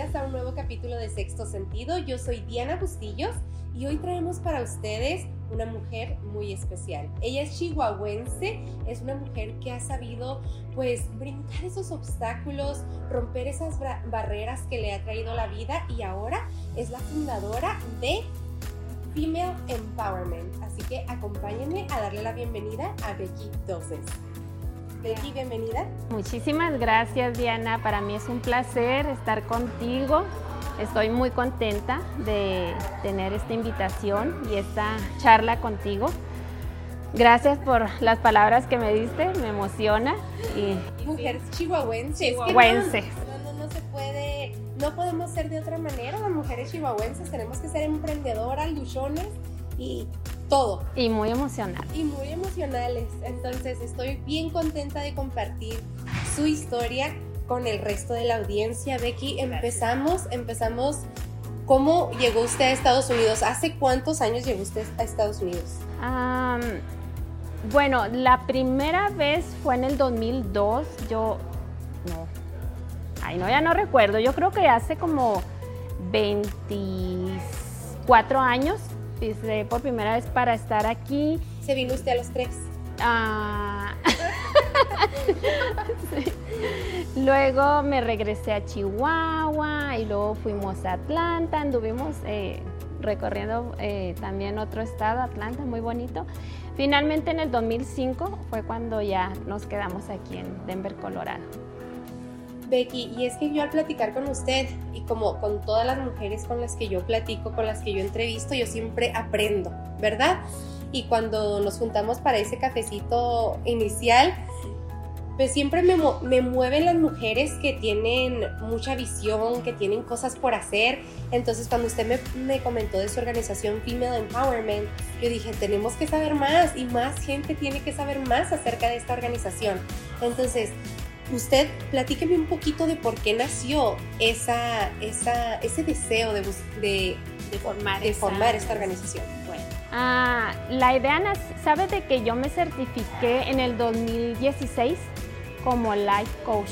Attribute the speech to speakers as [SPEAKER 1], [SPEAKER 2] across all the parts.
[SPEAKER 1] bienvenidas a un nuevo capítulo de Sexto Sentido. Yo soy Diana Bustillos y hoy traemos para ustedes una mujer muy especial. Ella es chihuahuense, es una mujer que ha sabido pues brincar esos obstáculos, romper esas barreras que le ha traído la vida y ahora es la fundadora de Female Empowerment. Así que acompáñenme a darle la bienvenida a Becky Doses. Becky, bienvenida.
[SPEAKER 2] Muchísimas gracias, Diana. Para mí es un placer estar contigo. Estoy muy contenta de tener esta invitación y esta charla contigo. Gracias por las palabras que me diste, me emociona.
[SPEAKER 1] Mujeres chihuahuenses.
[SPEAKER 2] Chihuahuenses.
[SPEAKER 1] No se puede, no podemos ser de otra manera. Las mujeres chihuahuenses tenemos que ser emprendedoras, luchones y todo.
[SPEAKER 2] Y muy emocional.
[SPEAKER 1] Y muy emocionales. Entonces estoy bien contenta de compartir su historia con el resto de la audiencia. Becky, empezamos. ¿Cómo llegó usted a Estados Unidos? ¿Hace cuántos años llegó usted a Estados Unidos?
[SPEAKER 2] Bueno, la primera vez fue en el 2002. Ya no recuerdo. Yo creo que hace como 24 años. Pisé por primera vez para estar aquí.
[SPEAKER 1] ¿Se vino usted a los 3?
[SPEAKER 2] Sí. Luego me regresé a Chihuahua y luego fuimos a Atlanta. Anduvimos recorriendo también otro estado, Atlanta, muy bonito. Finalmente en el 2005 fue cuando ya nos quedamos aquí en Denver, Colorado.
[SPEAKER 1] Becky, y es que yo al platicar con usted y como con todas las mujeres con las que yo platico, con las que yo entrevisto, yo siempre aprendo, ¿verdad? Y cuando nos juntamos para ese cafecito inicial, pues siempre me mueven las mujeres que tienen mucha visión, que tienen cosas por hacer. Entonces cuando usted me comentó de su organización Female Empowerment, yo dije, tenemos que saber más y más gente tiene que saber más acerca de esta organización. Entonces, usted, platíqueme un poquito de por qué nació ese deseo de formar esta organización.
[SPEAKER 2] Bueno, la idea, ¿sabe de que yo me certifiqué en el 2016 como Life Coach?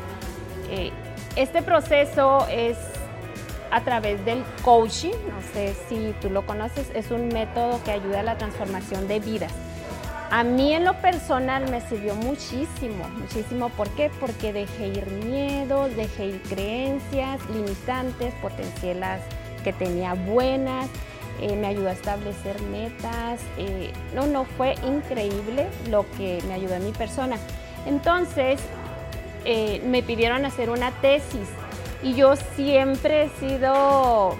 [SPEAKER 2] Este proceso es a través del coaching, no sé si tú lo conoces, es un método que ayuda a la transformación de vidas. A mí en lo personal me sirvió muchísimo. ¿Por qué? Porque dejé ir miedos, dejé ir creencias limitantes, potencié las que tenía buenas, me ayudó a establecer metas. Fue increíble lo que me ayudó en mi persona. Entonces, me pidieron hacer una tesis y yo siempre he sido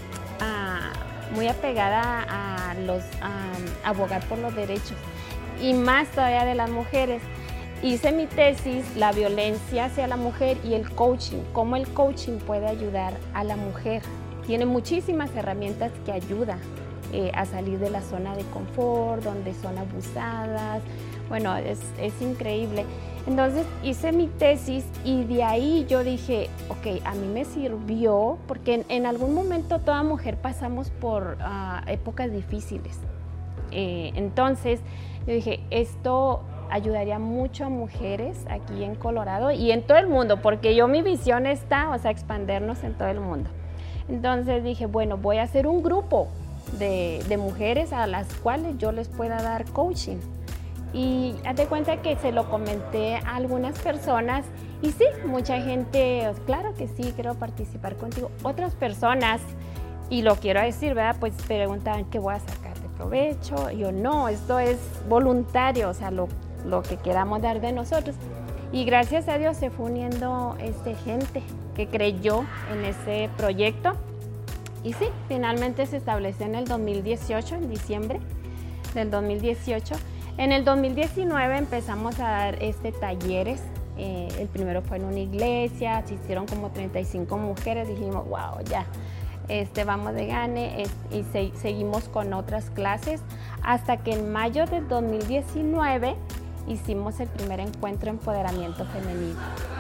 [SPEAKER 2] muy apegada a abogar por los derechos. Y más todavía de las mujeres. Hice mi tesis, la violencia hacia la mujer y el coaching, cómo el coaching puede ayudar a la mujer. Tiene muchísimas herramientas que ayudan a salir de la zona de confort, donde son abusadas. Bueno, es increíble. Entonces hice mi tesis y de ahí yo dije, ok, a mí me sirvió porque en algún momento toda mujer pasamos por épocas difíciles. Entonces yo dije, esto ayudaría mucho a mujeres aquí en Colorado y en todo el mundo, porque mi visión está, expandernos en todo el mundo. Entonces dije, bueno, voy a hacer un grupo de mujeres a las cuales yo les pueda dar coaching. Y haz de cuenta que se lo comenté a algunas personas y sí, mucha gente, claro que sí, quiero participar contigo. Otras personas, y lo quiero decir, ¿verdad? Pues preguntaban, ¿qué voy a sacar de provecho? Yo no, esto es voluntario, lo que queramos dar de nosotros. Y gracias a Dios se fue uniendo gente que creyó en ese proyecto. Y sí, finalmente se estableció en el 2018, en diciembre del 2018. En el 2019 empezamos a dar talleres. El primero fue en una iglesia, asistieron como 35 mujeres. Dijimos, wow, ya. Vamos de gane y seguimos con otras clases hasta que en mayo del 2019 hicimos el primer encuentro de empoderamiento femenino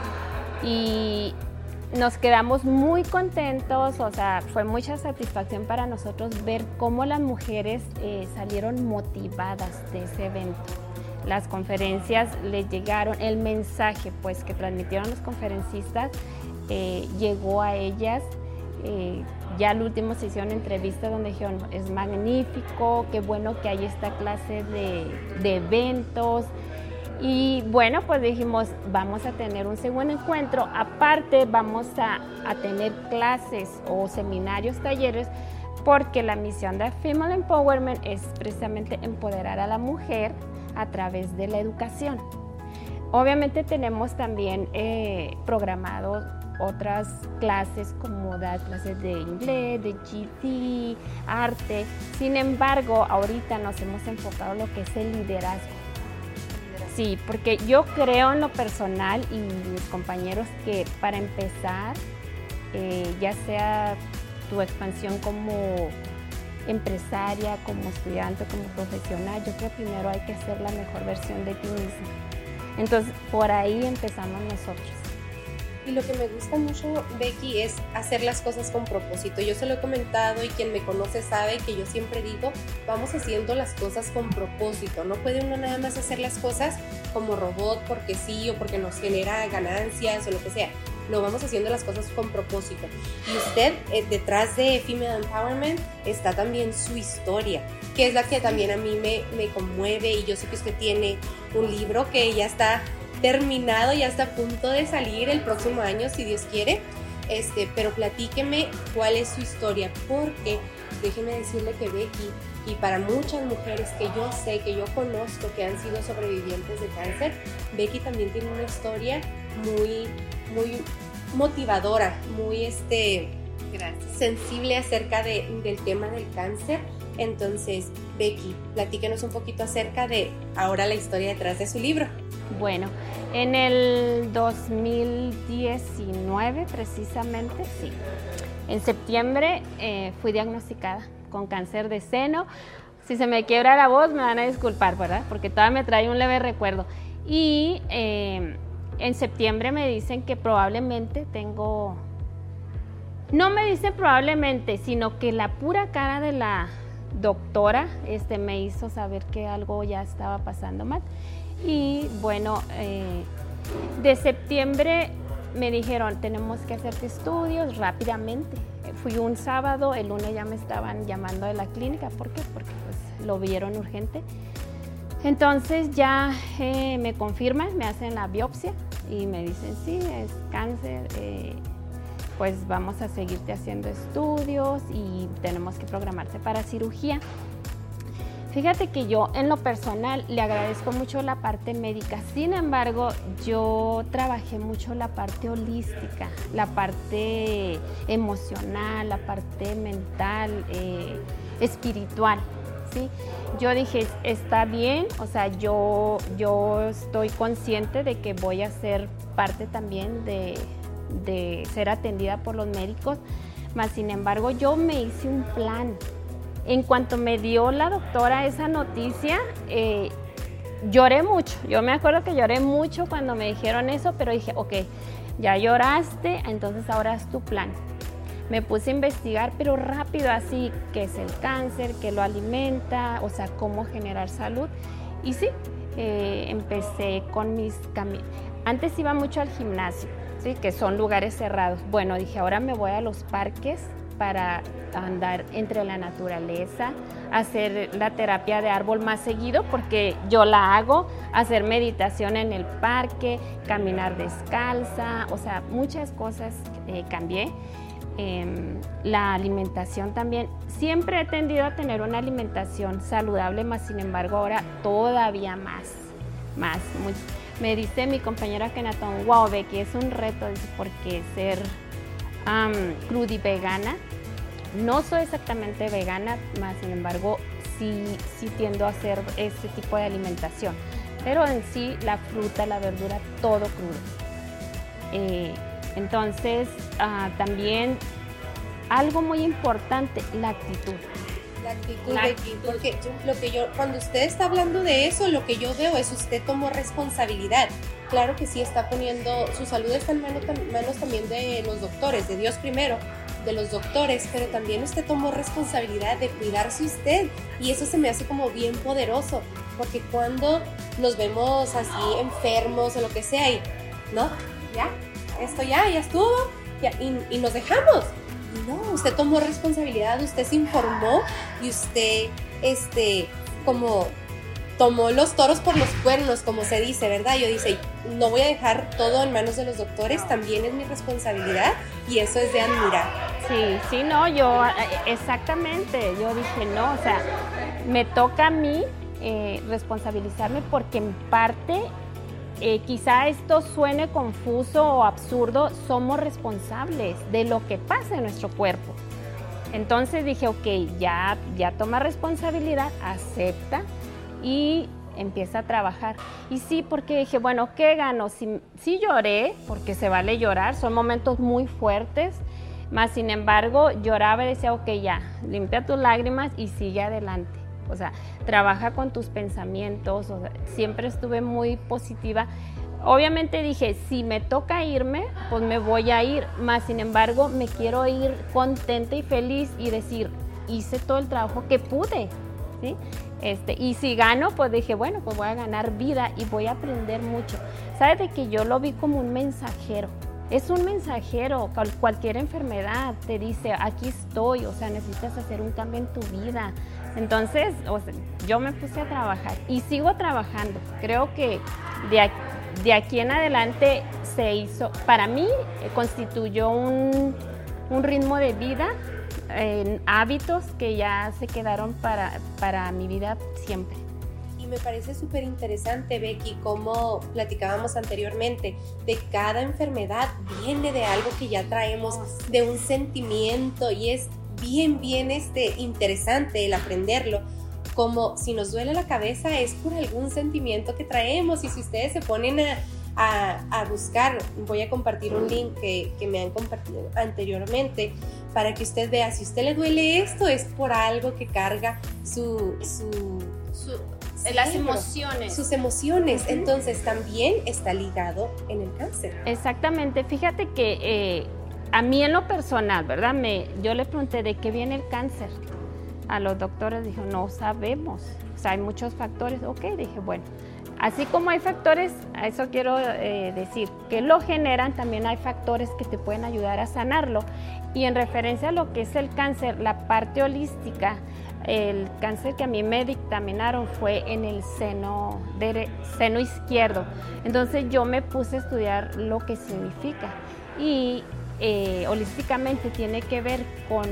[SPEAKER 2] y nos quedamos muy contentos, fue mucha satisfacción para nosotros ver cómo las mujeres salieron motivadas de ese evento. Las conferencias les llegaron, el mensaje pues que transmitieron los conferencistas llegó a ellas. Ya al último se hicieron entrevistas donde dijeron, es magnífico, qué bueno que hay esta clase de eventos. Y bueno, pues dijimos, vamos a tener un segundo encuentro. Aparte, vamos a tener clases o seminarios, talleres, porque la misión de Female Empowerment es precisamente empoderar a la mujer a través de la educación. Obviamente tenemos también programados otras clases como dar clases de inglés, de GT, arte. Sin embargo, ahorita nos hemos enfocado en lo que es el liderazgo. Sí, porque yo creo en lo personal y mis compañeros que para empezar, ya sea tu expansión como empresaria, como estudiante, como profesional, yo creo que primero hay que ser la mejor versión de ti misma. Entonces, por ahí empezamos nosotros.
[SPEAKER 1] Y lo que me gusta mucho, Becky, es hacer las cosas con propósito. Yo se lo he comentado y quien me conoce sabe que yo siempre digo, vamos haciendo las cosas con propósito. No puede uno nada más hacer las cosas como robot porque sí o porque nos genera ganancias o lo que sea. No, vamos haciendo las cosas con propósito. Y usted, detrás de Female Empowerment, está también su historia, que es la que también a mí me conmueve. Y yo sé que usted tiene un libro que ya está terminado, ya está a punto de salir el próximo año, si Dios quiere. Pero platíqueme cuál es su historia, porque déjeme decirle que Becky, y para muchas mujeres que yo sé, que yo conozco, que han sido sobrevivientes de cáncer, Becky también tiene una historia muy motivadora, muy sensible acerca del tema del cáncer. Entonces, Becky, platíquenos un poquito acerca de ahora la historia detrás de su libro.
[SPEAKER 2] Bueno, en el 2019 precisamente, sí, en septiembre fui diagnosticada con cáncer de seno. Si se me quiebra la voz me van a disculpar, ¿verdad? Porque todavía me trae un leve recuerdo. Y en septiembre me dicen que probablemente tengo... No me dicen probablemente, sino que la pura cara de la doctora me hizo saber que algo ya estaba pasando mal. Y bueno, de septiembre me dijeron, tenemos que hacerte estudios rápidamente. Fui un sábado, el lunes ya me estaban llamando de la clínica. ¿Por qué? Porque pues, lo vieron urgente. Entonces ya me confirman, me hacen la biopsia y me dicen, sí, es cáncer, pues vamos a seguirte haciendo estudios y tenemos que programarse para cirugía. Fíjate que yo en lo personal le agradezco mucho la parte médica, sin embargo yo trabajé mucho la parte holística, la parte emocional, la parte mental, espiritual, ¿sí? Yo dije, está bien, o sea, yo estoy consciente de que voy a ser parte también de ser atendida por los médicos, mas sin embargo yo me hice un plan. En cuanto me dio la doctora esa noticia, lloré mucho. Yo me acuerdo que lloré mucho cuando me dijeron eso, pero dije, ok, ya lloraste, entonces ahora es tu plan. Me puse a investigar, pero rápido así, qué es el cáncer, qué lo alimenta, o sea, cómo generar salud. Y sí, empecé con mis caminos. Antes iba mucho al gimnasio, ¿sí? Que son lugares cerrados. Bueno, dije, ahora me voy a los parques para andar entre la naturaleza, hacer la terapia de árbol más seguido, porque yo la hago, hacer meditación en el parque, caminar descalza, o sea, muchas cosas cambié. La alimentación también, siempre he tendido a tener una alimentación saludable, más sin embargo ahora todavía más. Me dice mi compañera Kenatón, wow, Becky, es un reto, dice, porque ser crudi vegana, no soy exactamente vegana, más sin embargo sí tiendo a hacer este tipo de alimentación, pero en sí la fruta, la verdura, todo crudo. Entonces también algo muy importante, la actitud.
[SPEAKER 1] La actitud, porque cuando usted está hablando de eso, lo que yo veo es usted tomó responsabilidad. Claro que sí, está poniendo, su salud está en manos también de los doctores, de Dios primero, de los doctores, pero también usted tomó responsabilidad de cuidarse usted, y eso se me hace como bien poderoso, porque cuando nos vemos así enfermos o lo que sea, y, ¿no? ¿Ya? esto ya estuvo, ya, y nos dejamos. Y no, usted tomó responsabilidad, usted se informó y usted, como tomó los toros por los cuernos, como se dice, ¿verdad? Yo dice, no voy a dejar todo en manos de los doctores, también es mi responsabilidad y eso es de admirar.
[SPEAKER 2] Sí, no, yo, exactamente, yo dije, no, o sea, me toca a mí responsabilizarme porque en parte, quizá esto suene confuso o absurdo, somos responsables de lo que pasa en nuestro cuerpo. Entonces dije, ok, ya toma responsabilidad, acepta y empieza a trabajar. Y sí, porque dije, bueno, ¿qué gano? Sí lloré, porque se vale llorar, son momentos muy fuertes, más sin embargo lloraba y decía, ok, ya, limpia tus lágrimas y sigue adelante. O sea, trabaja con tus pensamientos, o sea, siempre estuve muy positiva. Obviamente dije, si me toca irme, pues me voy a ir, más sin embargo me quiero ir contenta y feliz y decir, hice todo el trabajo que pude, ¿sí? Y si gano, pues dije, bueno, pues voy a ganar vida y voy a aprender mucho. ¿Sabes? De que yo lo vi como un mensajero. Es un mensajero, cualquier enfermedad te dice, aquí estoy, o sea, necesitas hacer un cambio en tu vida. Entonces, o sea, yo me puse a trabajar y sigo trabajando. Creo que de aquí en adelante se hizo, para mí, constituyó un ritmo de vida, hábitos que ya se quedaron para mi vida siempre.
[SPEAKER 1] Y me parece súper interesante, Becky, como platicábamos anteriormente, de cada enfermedad viene de algo que ya traemos, de un sentimiento, y es bien interesante el aprenderlo. Como si nos duele la cabeza es por algún sentimiento que traemos, y si ustedes se ponen a buscar, voy a compartir un link que me han compartido anteriormente para que usted vea, si a usted le duele esto es por algo que carga
[SPEAKER 2] las emociones.
[SPEAKER 1] Sus emociones. Uh-huh. Entonces también está ligado en el cáncer.
[SPEAKER 2] Exactamente. Fíjate que a mí en lo personal, ¿verdad? Yo le pregunté de qué viene el cáncer. A los doctores dijo, no sabemos. O sea, hay muchos factores. Ok, dije, bueno, así como hay factores, a eso quiero decir, que lo generan, también hay factores que te pueden ayudar a sanarlo. Y en referencia a lo que es el cáncer, la parte holística, el cáncer que a mí me dictaminaron fue en el seno izquierdo. Entonces yo me puse a estudiar lo que significa. Y holísticamente tiene que ver con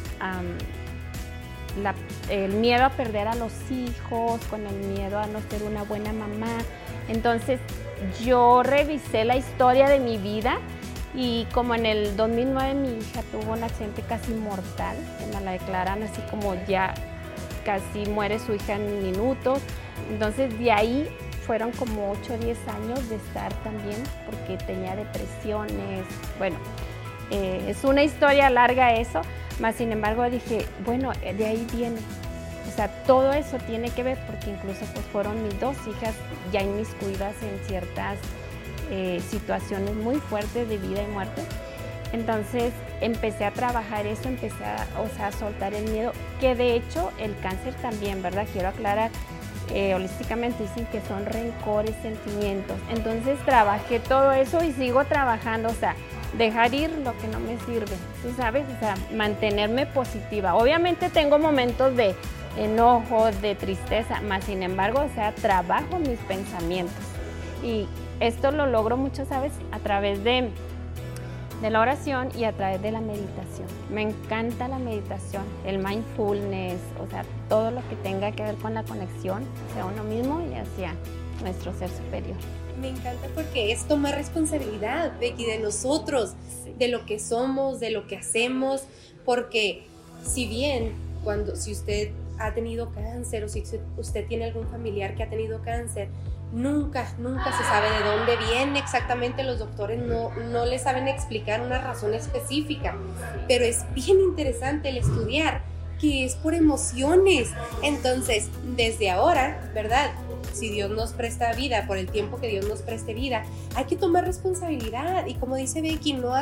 [SPEAKER 2] el miedo a perder a los hijos, con el miedo a no ser una buena mamá. Entonces yo revisé la historia de mi vida y como en el 2009 mi hija tuvo un accidente casi mortal, que me la declaran así como ya casi muere su hija en minutos. Entonces de ahí fueron como 8 o 10 años de estar también, porque tenía depresiones, bueno, es una historia larga eso, mas sin embargo dije, bueno, de ahí viene, o sea, todo eso tiene que ver, porque incluso pues fueron mis 2 hijas ya inmiscuidas en ciertas situaciones muy fuertes de vida y muerte. Entonces empecé a trabajar eso, empecé a soltar el miedo, que de hecho el cáncer también, ¿verdad? Quiero aclarar, holísticamente dicen que son rencores, sentimientos. Entonces trabajé todo eso y sigo trabajando, o sea, dejar ir lo que no me sirve, ¿tú sabes? O sea, mantenerme positiva. Obviamente tengo momentos de enojo, de tristeza, más sin embargo, o sea, trabajo mis pensamientos. Y esto lo logro mucho, ¿sabes? A través de la oración y a través de la meditación. Me encanta la meditación, el mindfulness, o sea, todo lo que tenga que ver con la conexión hacia uno mismo y hacia nuestro ser superior.
[SPEAKER 1] Me encanta porque es tomar responsabilidad, Becky, de nosotros, de lo que somos, de lo que hacemos, porque si bien si usted ha tenido cáncer o si usted tiene algún familiar que ha tenido cáncer, nunca se sabe de dónde viene exactamente, los doctores no le saben explicar una razón específica, pero es bien interesante el estudiar que es por emociones. Entonces, desde ahora, ¿verdad? Si Dios nos presta vida, por el tiempo que Dios nos preste vida, hay que tomar responsabilidad y, como dice Becky, no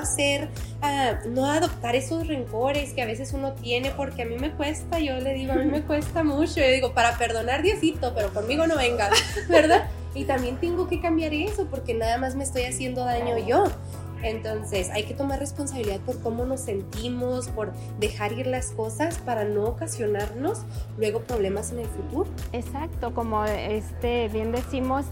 [SPEAKER 1] adoptar esos rencores que a veces uno tiene, porque a mí me cuesta, yo le digo, a mí me cuesta mucho, yo digo, para perdonar Diosito, pero conmigo no venga, ¿verdad? Y también tengo que cambiar eso, porque nada más me estoy haciendo daño yo. Entonces hay que tomar responsabilidad por cómo nos sentimos, por dejar ir las cosas para no ocasionarnos luego problemas en el futuro.
[SPEAKER 2] Exacto, como bien decimos,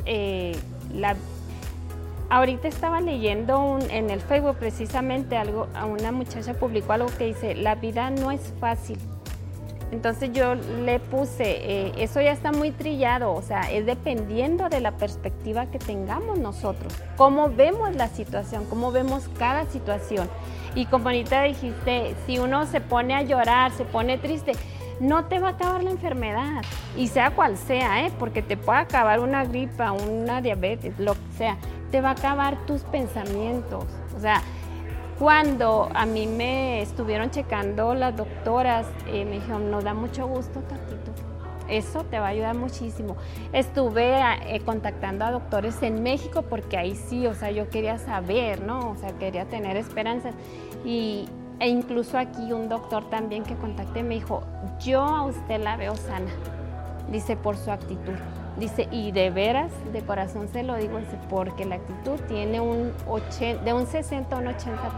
[SPEAKER 2] ahorita estaba leyendo en el Facebook precisamente algo, a una muchacha publicó algo que dice, la vida no es fácil. Entonces yo le puse, eso ya está muy trillado, o sea, es dependiendo de la perspectiva que tengamos nosotros, cómo vemos la situación, cómo vemos cada situación. Y como ahorita dijiste, si uno se pone a llorar, se pone triste, no te va a acabar la enfermedad, y sea cual sea, porque te puede acabar una gripa, una diabetes, lo que sea, te va a acabar tus pensamientos, o sea, cuando a mí me estuvieron checando las doctoras, me dijeron, nos da mucho gusto tu actitud, eso te va a ayudar muchísimo. Estuve contactando a doctores en México porque ahí sí, o sea, yo quería saber, ¿no? O sea, quería tener esperanzas. E incluso aquí un doctor también que contacté me dijo, yo a usted la veo sana, dice, por su actitud. Dice, y de veras, de corazón se lo digo, dice, porque la actitud tiene de un 60 a un 80%.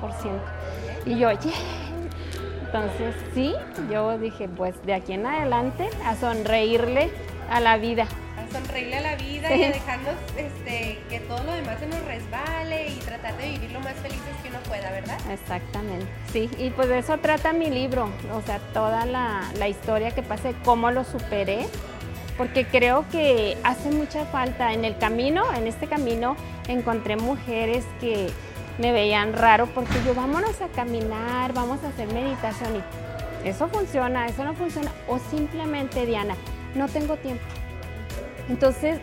[SPEAKER 2] Y yo, yeah. Entonces, sí, yo dije, pues de aquí en adelante, a sonreírle a la vida.
[SPEAKER 1] A sonreírle a la vida, sí. Y a dejarnos que todo lo demás se nos resbale y tratar de vivir lo más felices que uno pueda, ¿verdad?
[SPEAKER 2] Exactamente, sí, y pues de eso trata mi libro, o sea, toda la historia que pasé, cómo lo superé, porque creo que hace mucha falta en el camino, en este camino encontré mujeres que me veían raro porque yo, vámonos a caminar, vamos a hacer meditación, y eso funciona, eso no funciona, o simplemente, Diana, no tengo tiempo. Entonces,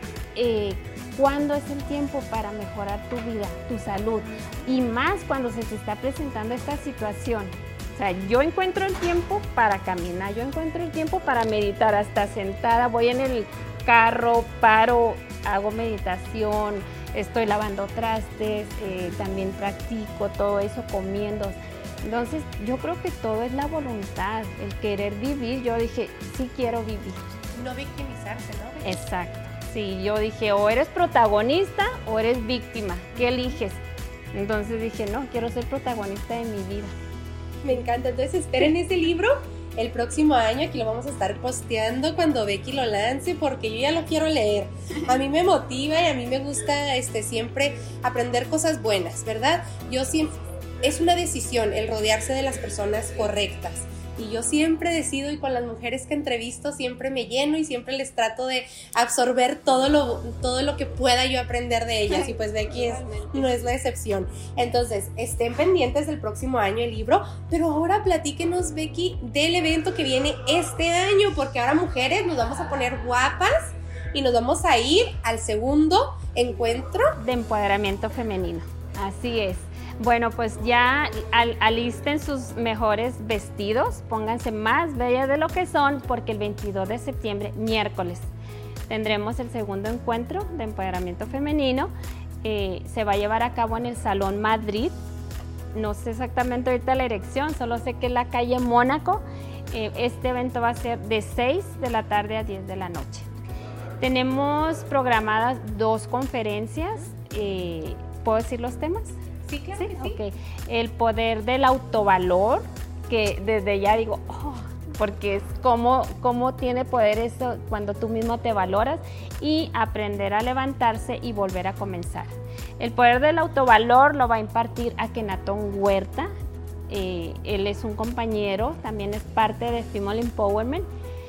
[SPEAKER 2] ¿cuándo es el tiempo para mejorar tu vida, tu salud? Y más cuando se te está presentando esta situación. O sea, yo encuentro el tiempo para caminar, yo encuentro el tiempo para meditar, hasta sentada, voy en el carro, paro, hago meditación, estoy lavando trastes, también practico todo eso, comiendo. Entonces, yo creo que todo es la voluntad, el querer vivir. Yo dije, sí quiero vivir.
[SPEAKER 1] No victimizarse, ¿no?
[SPEAKER 2] Exacto, sí, yo dije, o eres protagonista o eres víctima, ¿qué eliges? Entonces dije, no, quiero ser protagonista de mi vida.
[SPEAKER 1] Me encanta, entonces esperen ese libro el próximo año, aquí lo vamos a estar posteando cuando Becky lo lance, porque yo ya lo quiero leer. A mí me motiva y a mí me gusta siempre aprender cosas buenas, ¿verdad? Yo siempre, es una decisión el rodearse de las personas correctas. Y yo siempre decido, y con las mujeres que entrevisto siempre me lleno y siempre les trato de absorber todo lo que pueda yo aprender de ellas. Y pues Becky no es la excepción. Entonces, estén pendientes del próximo año el libro, pero ahora platíquenos, Becky, del evento que viene este año, porque ahora mujeres nos vamos a poner guapas y nos vamos a ir al segundo encuentro
[SPEAKER 2] de empoderamiento femenino. Así es. Bueno, pues ya alisten sus mejores vestidos, pónganse más bellas de lo que son, porque el 22 de septiembre, miércoles, tendremos el segundo encuentro de empoderamiento femenino. Se va a llevar a cabo en el Salón Madrid. No sé exactamente ahorita la dirección, solo sé que es la calle Mónaco. Este evento va a ser de 6 de la tarde a 10 de la noche. Tenemos programadas 2 conferencias. ¿Puedo decir los temas?
[SPEAKER 1] Sí, claro que sí.
[SPEAKER 2] Okay. El poder del autovalor, que desde ya digo, porque es cómo tiene poder eso cuando tú mismo te valoras, y aprender a levantarse y volver a comenzar. El poder del autovalor lo va a impartir Akenatón Huerta. Él es un compañero, también es parte de Female Empowerment.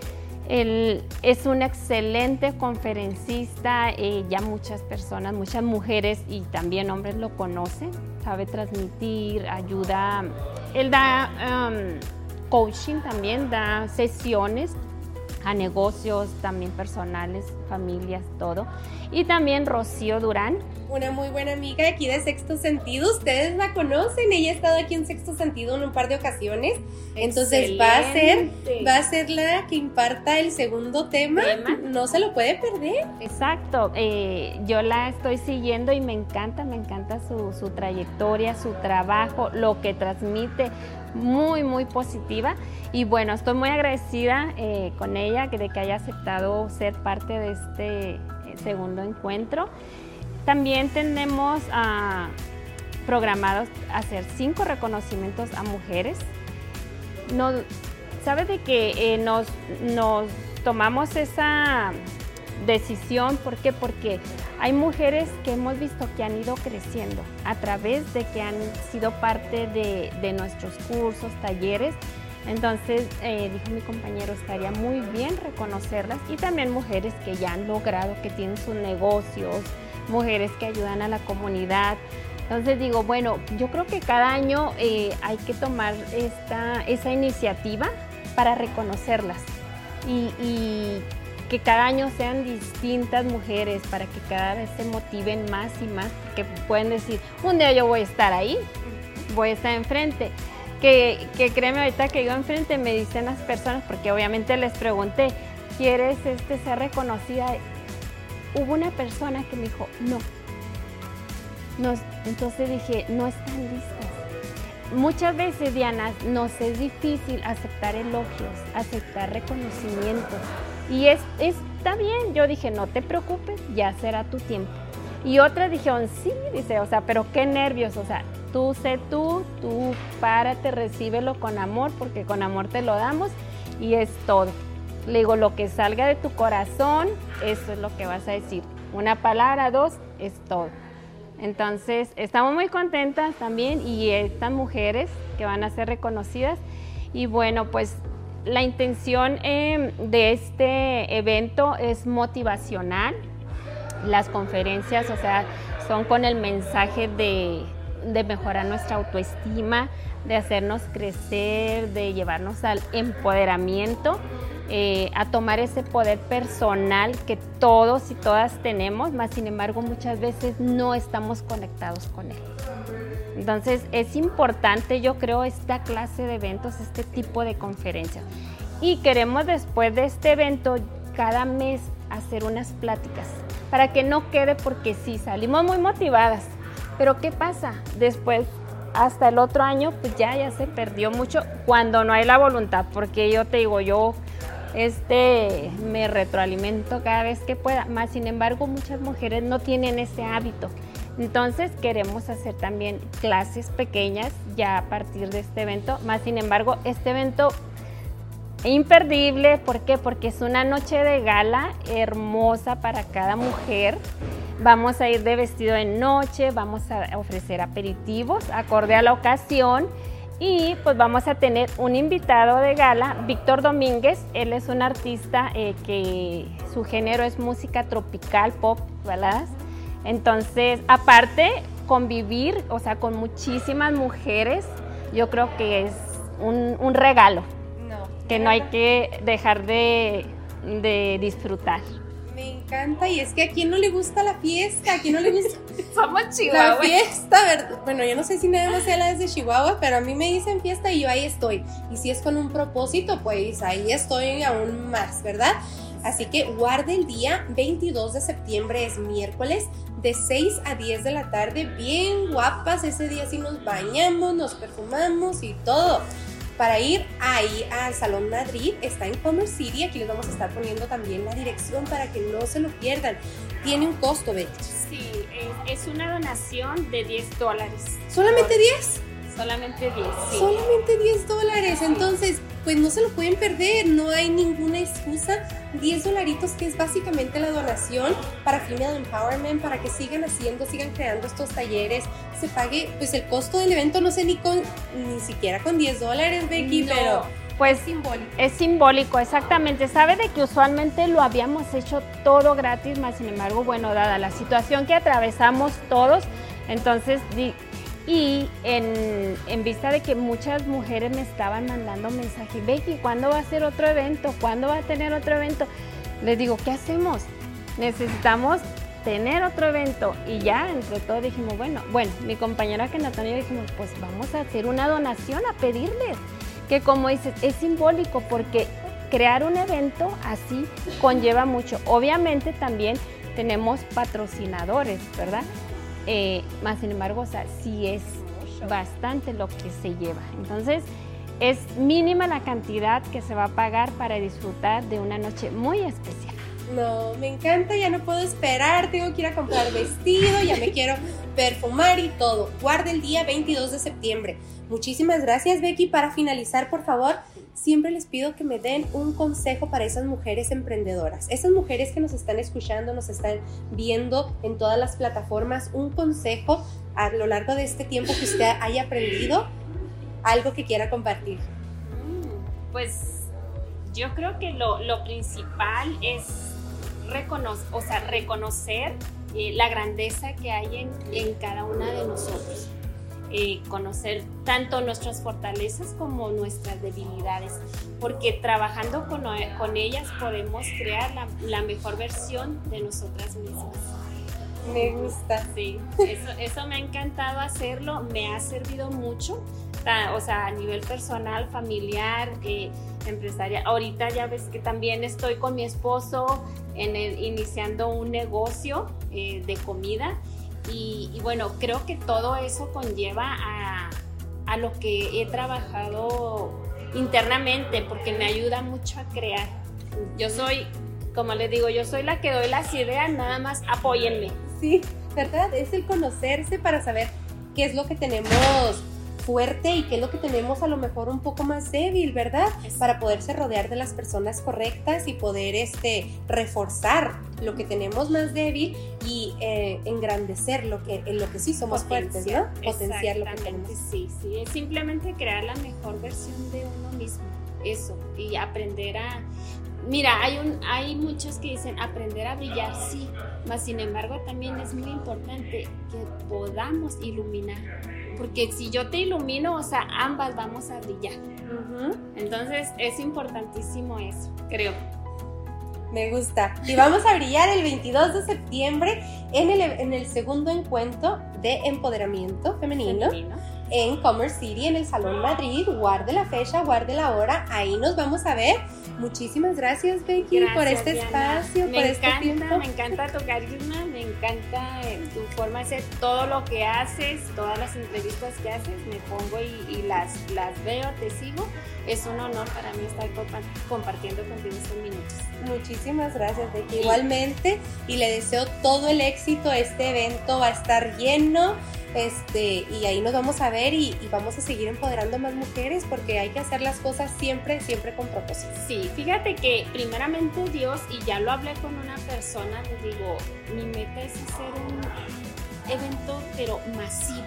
[SPEAKER 2] Él es un excelente conferencista, ya muchas personas, muchas mujeres y también hombres lo conocen, sabe transmitir, ayuda. Él da coaching también, da sesiones a negocios, también personales, familias, todo. Y también Rocío Durán.
[SPEAKER 1] Una muy buena amiga aquí de Sexto Sentido, ustedes la conocen, ella ha estado aquí en Sexto Sentido en un par de ocasiones. Entonces va a ser la que imparta el segundo tema. No se lo puede perder.
[SPEAKER 2] Exacto, yo la estoy siguiendo y me encanta su trayectoria, su trabajo, lo que transmite, muy muy positiva, y bueno, estoy muy agradecida con ella de que haya aceptado ser parte de este segundo encuentro. También tenemos programados hacer 5 reconocimientos a mujeres. No, ¿sabe de que nos tomamos esa decisión? ¿Por qué? Porque hay mujeres que hemos visto que han ido creciendo a través de que han sido parte de nuestros cursos, talleres. Entonces, dijo mi compañero, estaría muy bien reconocerlas, y también mujeres que ya han logrado, que tienen sus negocios, mujeres que ayudan a la comunidad. Entonces digo, bueno, yo creo que cada año hay que tomar esa iniciativa para reconocerlas y que cada año sean distintas mujeres para que cada vez se motiven más y más, porque pueden decir, un día yo voy a estar ahí, voy a estar enfrente. Que créeme, ahorita que yo enfrente me dicen las personas, porque obviamente les pregunté, ¿quieres ser reconocida? Hubo una persona que me dijo, no. Entonces dije, no están listas. Muchas veces, Diana, nos es difícil aceptar elogios, aceptar reconocimiento. Y está bien, yo dije, no te preocupes, ya será tu tiempo. Y otras dijeron, sí, dice, o sea, pero qué nervios, o sea, tú párate, recíbelo con amor, porque con amor te lo damos y es todo. Le digo, lo que salga de tu corazón, eso es lo que vas a decir. Una palabra, 2, es todo. Entonces, estamos muy contentas también, y estas mujeres que van a ser reconocidas. Y bueno, pues la intención de este evento es motivacional. Las conferencias, o sea, son con el mensaje de mejorar nuestra autoestima, de hacernos crecer, de llevarnos al empoderamiento, a tomar ese poder personal que todos y todas tenemos, más sin embargo muchas veces no estamos conectados con él. Entonces es importante, yo creo, esta clase de eventos, este tipo de conferencias. Y queremos después de este evento cada mes hacer unas pláticas para que no quede porque sí, salimos muy motivadas, pero ¿qué pasa? Después, hasta el otro año, pues ya se perdió mucho cuando no hay la voluntad, porque yo te digo, yo me retroalimento cada vez que pueda, más sin embargo muchas mujeres no tienen ese hábito. Entonces queremos hacer también clases pequeñas ya a partir de este evento, más sin embargo este evento imperdible. ¿Por qué? Porque es una noche de gala hermosa para cada mujer. Vamos a ir de vestido de noche, vamos a ofrecer aperitivos acorde a la ocasión, y pues vamos a tener un invitado de gala, Víctor Domínguez. Él es un artista que su género es música tropical, pop, baladas. Entonces, aparte, convivir, o sea, con muchísimas mujeres, yo creo que es un regalo. Que no hay que dejar de disfrutar.
[SPEAKER 1] Me encanta, y es que a quién no le gusta la fiesta, a quién no le gusta
[SPEAKER 2] Somos Chihuahua.
[SPEAKER 1] La fiesta, ¿verdad? Bueno, yo no sé si nada más sea la desde Chihuahua, pero a mí me dicen fiesta y yo ahí estoy. Y si es con un propósito, pues ahí estoy aún más, ¿verdad? Así que guarde el día 22 de septiembre, es miércoles, de 6 a 10 de la tarde, bien guapas. Ese día sí nos bañamos, nos perfumamos y todo, para ir ahí al Salón Madrid. Está en Commerce City. Aquí les vamos a estar poniendo también la dirección para que no se lo pierdan. Tiene un costo, Betty.
[SPEAKER 2] Sí, es una donación de $10.
[SPEAKER 1] ¿Solamente 10?
[SPEAKER 2] Solamente 10, sí.
[SPEAKER 1] Solamente $10. Entonces, pues no se lo pueden perder, no hay ninguna excusa. $10, que es básicamente la donación para Female Empowerment, para que sigan creando estos talleres, se pague pues el costo del evento, no sé ni siquiera con $10, Becky, no, pero
[SPEAKER 2] pues
[SPEAKER 1] simbólico.
[SPEAKER 2] Es simbólico, exactamente. Sabe de que usualmente lo habíamos hecho todo gratis, más sin embargo, bueno, dada la situación que atravesamos todos, entonces y en vista de que muchas mujeres me estaban mandando mensajes, Becky, ¿cuándo va a ser otro evento? ¿Cuándo va a tener otro evento? Les digo, ¿qué hacemos? Necesitamos tener otro evento. Y ya entre todos dijimos, bueno, mi compañera Kenatón y yo dijimos, pues vamos a hacer una donación, a pedirles. Que como dices, es simbólico, porque crear un evento así conlleva mucho. Obviamente también tenemos patrocinadores, ¿verdad? Más sin embargo, o sea, sí es bastante lo que se lleva. Entonces, es mínima la cantidad que se va a pagar para disfrutar de una noche muy especial.
[SPEAKER 1] No, me encanta, ya no puedo esperar, tengo que ir a comprar vestido, ya me quiero perfumar y todo. Guarda el día 22 de septiembre. Muchísimas gracias, Becky. Para finalizar, por favor, siempre les pido que me den un consejo para esas mujeres emprendedoras, esas mujeres que nos están escuchando, nos están viendo en todas las plataformas. Un consejo a lo largo de este tiempo que usted haya aprendido, algo que quiera compartir.
[SPEAKER 2] Pues yo creo que lo principal es reconocer la grandeza que hay en cada una de nosotros. Conocer tanto nuestras fortalezas como nuestras debilidades, porque trabajando con ellas podemos crear la mejor versión de nosotras mismas.
[SPEAKER 1] Me gusta.
[SPEAKER 2] Sí, eso me ha encantado hacerlo, me ha servido mucho, o sea, a nivel personal, familiar, empresarial. Ahorita ya ves que también estoy con mi esposo iniciando un negocio de comida. Y bueno, creo que todo eso conlleva a lo que he trabajado internamente, porque me ayuda mucho a crear. Yo soy, como les digo, yo soy la que doy las ideas, nada más apóyenme.
[SPEAKER 1] Sí, ¿verdad? Es el conocerse para saber qué es lo que tenemos fuerte y qué es lo que tenemos a lo mejor un poco más débil, ¿verdad? Para poderse rodear de las personas correctas y poder reforzar lo que tenemos más débil y engrandecer en lo que sí somos fuertes, ¿no? Potenciar lo que tenemos.
[SPEAKER 2] Sí, es simplemente crear la mejor versión de uno mismo, eso, y aprender a... Mira, hay muchos que dicen aprender a brillar, sí, mas sin embargo también es muy importante que podamos iluminar, porque si yo te ilumino, o sea, ambas vamos a brillar. Uh-huh. Entonces es importantísimo eso, creo.
[SPEAKER 1] Me gusta. Y vamos a brillar el 22 de septiembre en el segundo encuentro de empoderamiento femenino en Commerce City, en el Salón Madrid. Guarde la fecha, guarde la hora, ahí nos vamos a ver. Muchísimas gracias, Becky, por este espacio, por este tiempo.
[SPEAKER 2] Me encanta tu carisma, me encanta tu forma de ser, todo lo que haces, todas las entrevistas que haces, me pongo y las veo, te sigo. Es un honor para mí estar compartiendo contigo estos minutos.
[SPEAKER 1] Muchísimas gracias, Becky. Igualmente, y le deseo todo el éxito. Este evento va a estar lleno. Y ahí nos vamos a ver y vamos a seguir empoderando a más mujeres, porque hay que hacer las cosas siempre con propósito.
[SPEAKER 2] Sí, fíjate que primeramente Dios, y ya lo hablé con una persona, les digo, mi meta es hacer un evento pero masivo,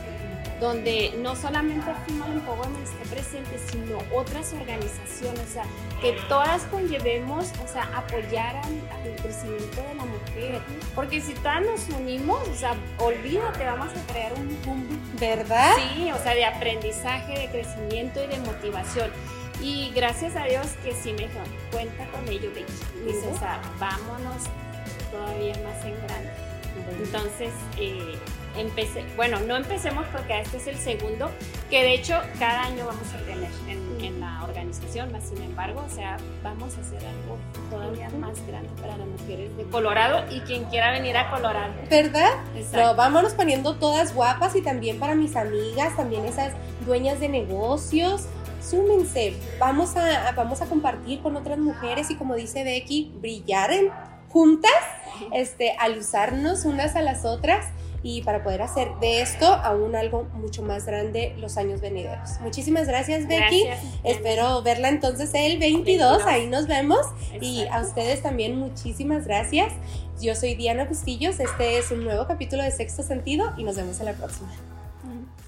[SPEAKER 2] donde no solamente Female Empowerment esté presente, sino otras organizaciones, o sea, que todas conllevemos, o sea, apoyar al crecimiento de la mujer, porque si todas nos unimos, o sea, olvídate, vamos a crear un boom,
[SPEAKER 1] ¿verdad?
[SPEAKER 2] Sí, o sea, de aprendizaje, de crecimiento y de motivación. Y gracias a Dios que sí me dijeron, cuenta con ello, Becky. Dice, o sea, vámonos todavía más en grande. Entonces, no empecemos porque este es el segundo, que de hecho cada año vamos a tener en la organización, más sin embargo, o sea, vamos a hacer algo todavía más grande para las mujeres de Colorado y quien quiera venir a Colorado.
[SPEAKER 1] ¿Verdad?
[SPEAKER 2] Exacto.
[SPEAKER 1] No, vámonos poniendo todas guapas, y también para mis amigas, también esas dueñas de negocios, súmense, vamos a compartir con otras mujeres y, como dice Becky, brillar juntas, al usarnos unas a las otras, y para poder hacer de esto aún algo mucho más grande los años venideros. Muchísimas gracias, Becky.
[SPEAKER 2] Gracias,
[SPEAKER 1] espero verla entonces el 22, ahí nos vemos. Exacto. Y a ustedes también muchísimas gracias. Yo soy Diana Bustillos, este es un nuevo capítulo de Sexto Sentido y nos vemos en la próxima.